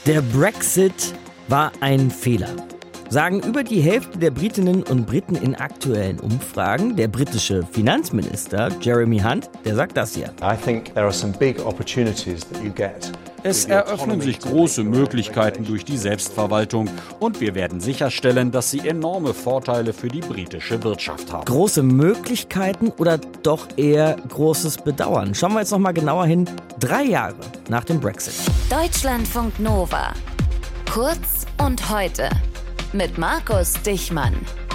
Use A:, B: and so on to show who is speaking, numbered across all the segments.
A: Der Brexit war ein Fehler, sagen über die Hälfte der Britinnen und Briten in aktuellen Umfragen. Der britische Finanzminister Jeremy Hunt, der sagt das hier.
B: Es eröffnen sich große Möglichkeiten durch die Selbstverwaltung und wir werden sicherstellen, dass sie enorme Vorteile für die britische Wirtschaft haben.
A: Große Möglichkeiten oder doch eher großes Bedauern? Schauen wir jetzt noch mal genauer hin. 3 Jahre nach dem Brexit.
C: Deutschlandfunk Nova. Kurz und heute. Mit Markus Dichmann.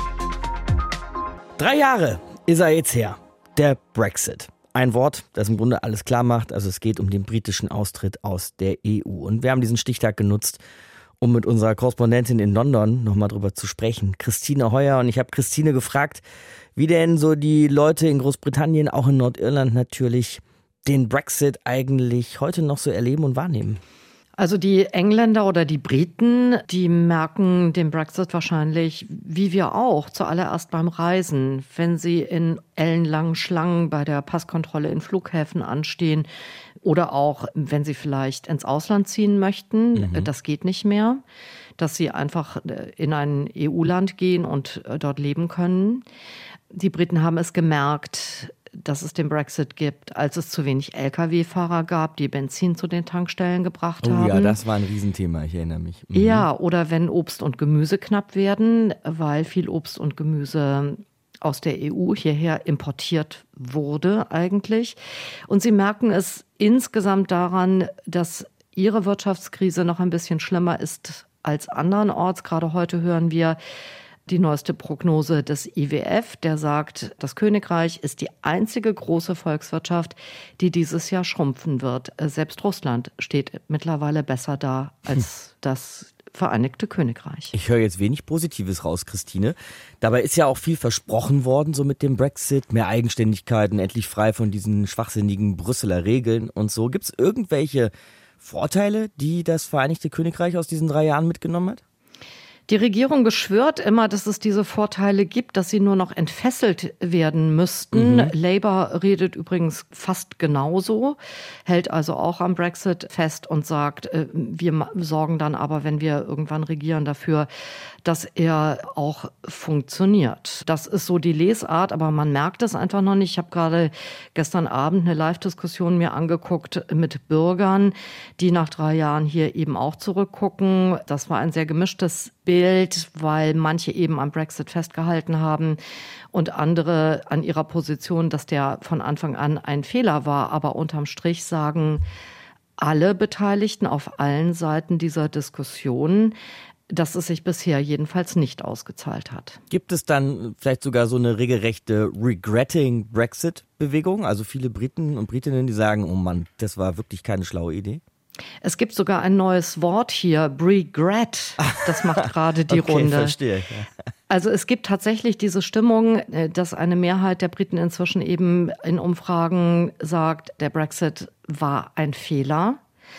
A: 3 Jahre ist er jetzt her. Der Brexit. Ein Wort, das im Grunde alles klar macht. Also es geht um den britischen Austritt aus der EU. Und wir haben diesen Stichtag genutzt, um mit unserer Korrespondentin in London nochmal drüber zu sprechen. Christine Heuer. Und ich habe Christine gefragt, wie denn so die Leute in Großbritannien, auch in Nordirland natürlich, den Brexit eigentlich heute noch so erleben und wahrnehmen.
D: Also die Engländer oder die Briten, die merken den Brexit wahrscheinlich, wie wir auch, zuallererst beim Reisen. Wenn sie in ellenlangen Schlangen bei der Passkontrolle in Flughäfen anstehen oder auch, wenn sie vielleicht ins Ausland ziehen möchten, das geht nicht mehr, dass sie einfach in ein EU-Land gehen und dort leben können. Die Briten haben es gemerkt, dass es den Brexit gibt, als es zu wenig Lkw-Fahrer gab, die Benzin zu den Tankstellen gebracht haben.
A: Oh ja, das war ein Riesenthema, ich erinnere mich.
D: Ja, oder wenn Obst und Gemüse knapp werden, weil viel Obst und Gemüse aus der EU hierher importiert wurde eigentlich. Und sie merken es insgesamt daran, dass ihre Wirtschaftskrise noch ein bisschen schlimmer ist als andernorts. Gerade heute hören wir die neueste Prognose des IWF, der sagt, das Königreich ist die einzige große Volkswirtschaft, die dieses Jahr schrumpfen wird. Selbst Russland steht mittlerweile besser da als das Vereinigte Königreich.
A: Ich höre jetzt wenig Positives raus, Christine. Dabei ist ja auch viel versprochen worden, so mit dem Brexit. Mehr Eigenständigkeiten, endlich frei von diesen schwachsinnigen Brüsseler Regeln und so. Gibt es irgendwelche Vorteile, die das Vereinigte Königreich aus diesen 3 Jahren mitgenommen hat?
D: Die Regierung beschwört immer, dass es diese Vorteile gibt, dass sie nur noch entfesselt werden müssten. Labour redet übrigens fast genauso, hält also auch am Brexit fest und sagt, wir sorgen dann aber, wenn wir irgendwann regieren, dafür, dass er auch funktioniert. Das ist so die Lesart, aber man merkt es einfach noch nicht. Ich habe gerade gestern Abend eine Live-Diskussion mir angeguckt mit Bürgern, die nach 3 Jahren hier eben auch zurückgucken. Das war ein sehr gemischtes Bild, weil manche eben am Brexit festgehalten haben und andere an ihrer Position, dass der von Anfang an ein Fehler war. Aber unterm Strich sagen alle Beteiligten auf allen Seiten dieser Diskussion, dass es sich bisher jedenfalls nicht ausgezahlt hat.
A: Gibt es dann vielleicht sogar so eine regelrechte Regretting Brexit-Bewegung? Also viele Briten und Britinnen, die sagen, oh Mann, das war wirklich keine schlaue Idee?
D: Es gibt sogar ein neues Wort hier, Regret. Das macht gerade die Runde.
A: Verstehe. Ja.
D: Also es gibt tatsächlich diese Stimmung, dass eine Mehrheit der Briten inzwischen eben in Umfragen sagt, der Brexit war ein Fehler.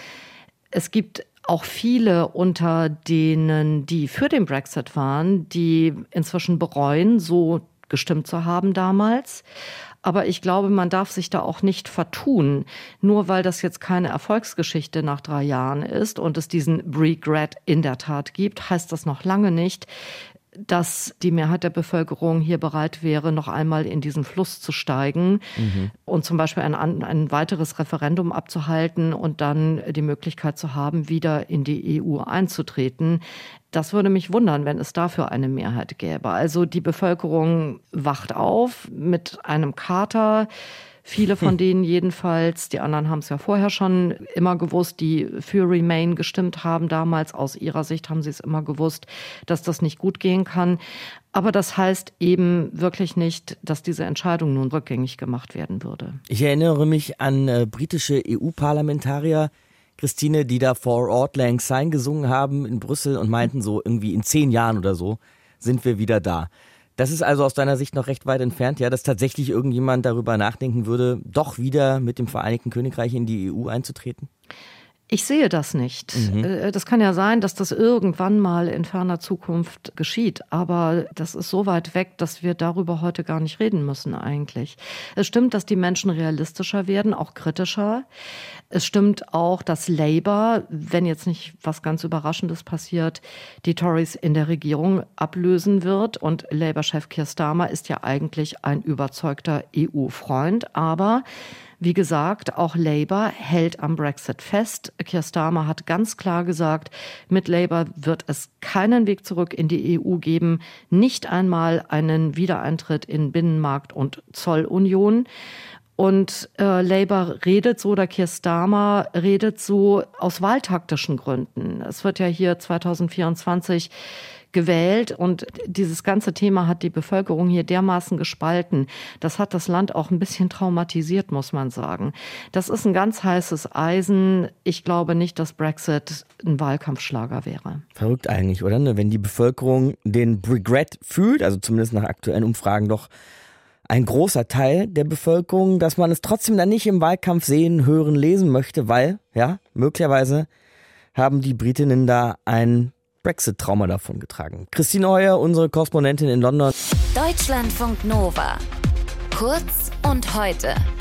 D: Es gibt auch viele unter denen, die für den Brexit waren, die inzwischen bereuen, so gestimmt zu haben damals. Aber ich glaube, man darf sich da auch nicht vertun. Nur weil das jetzt keine Erfolgsgeschichte nach 3 Jahren ist und es diesen Regret in der Tat gibt, heißt das noch lange nicht, dass die Mehrheit der Bevölkerung hier bereit wäre, noch einmal in diesen Fluss zu steigen und zum Beispiel ein weiteres Referendum abzuhalten und dann die Möglichkeit zu haben, wieder in die EU einzutreten. Das würde mich wundern, wenn es dafür eine Mehrheit gäbe. Also die Bevölkerung wacht auf mit einem Kater. Viele von denen jedenfalls, die anderen haben es ja vorher schon immer gewusst, die für Remain gestimmt haben damals. Aus ihrer Sicht haben sie es immer gewusst, dass das nicht gut gehen kann. Aber das heißt eben wirklich nicht, dass diese Entscheidung nun rückgängig gemacht werden würde.
A: Ich erinnere mich an britische EU-Parlamentarier, Christine, die da vor Auld Lang Syne gesungen haben in Brüssel und meinten so irgendwie in 10 Jahren oder so sind wir wieder da. Das ist also aus deiner Sicht noch recht weit entfernt, ja, dass tatsächlich irgendjemand darüber nachdenken würde, doch wieder mit dem Vereinigten Königreich in die EU einzutreten?
D: Ich sehe das nicht. Das kann ja sein, dass das irgendwann mal in ferner Zukunft geschieht. Aber das ist so weit weg, dass wir darüber heute gar nicht reden müssen eigentlich. Es stimmt, dass die Menschen realistischer werden, auch kritischer. Es stimmt auch, dass Labour, wenn jetzt nicht was ganz Überraschendes passiert, die Tories in der Regierung ablösen wird. Und Labour-Chef Keir Starmer ist ja eigentlich ein überzeugter EU-Freund. Aber wie gesagt, auch Labour hält am Brexit fest. Keir Starmer hat ganz klar gesagt, mit Labour wird es keinen Weg zurück in die EU geben, nicht einmal einen Wiedereintritt in Binnenmarkt und Zollunion. Und Labour redet so, oder Keir Starmer redet so aus wahltaktischen Gründen. Es wird ja hier 2024 gewählt und dieses ganze Thema hat die Bevölkerung hier dermaßen gespalten. Das hat das Land auch ein bisschen traumatisiert, muss man sagen. Das ist ein ganz heißes Eisen. Ich glaube nicht, dass Brexit ein Wahlkampfschlager wäre.
A: Verrückt eigentlich, oder? Wenn die Bevölkerung den Regret fühlt, also zumindest nach aktuellen Umfragen doch ein großer Teil der Bevölkerung, dass man es trotzdem dann nicht im Wahlkampf sehen, hören, lesen möchte, weil, ja, möglicherweise haben die Britinnen da ein Brexit-Trauma davon getragen. Christine Heuer, unsere Korrespondentin in London.
C: Deutschlandfunk Nova. Kurz und heute.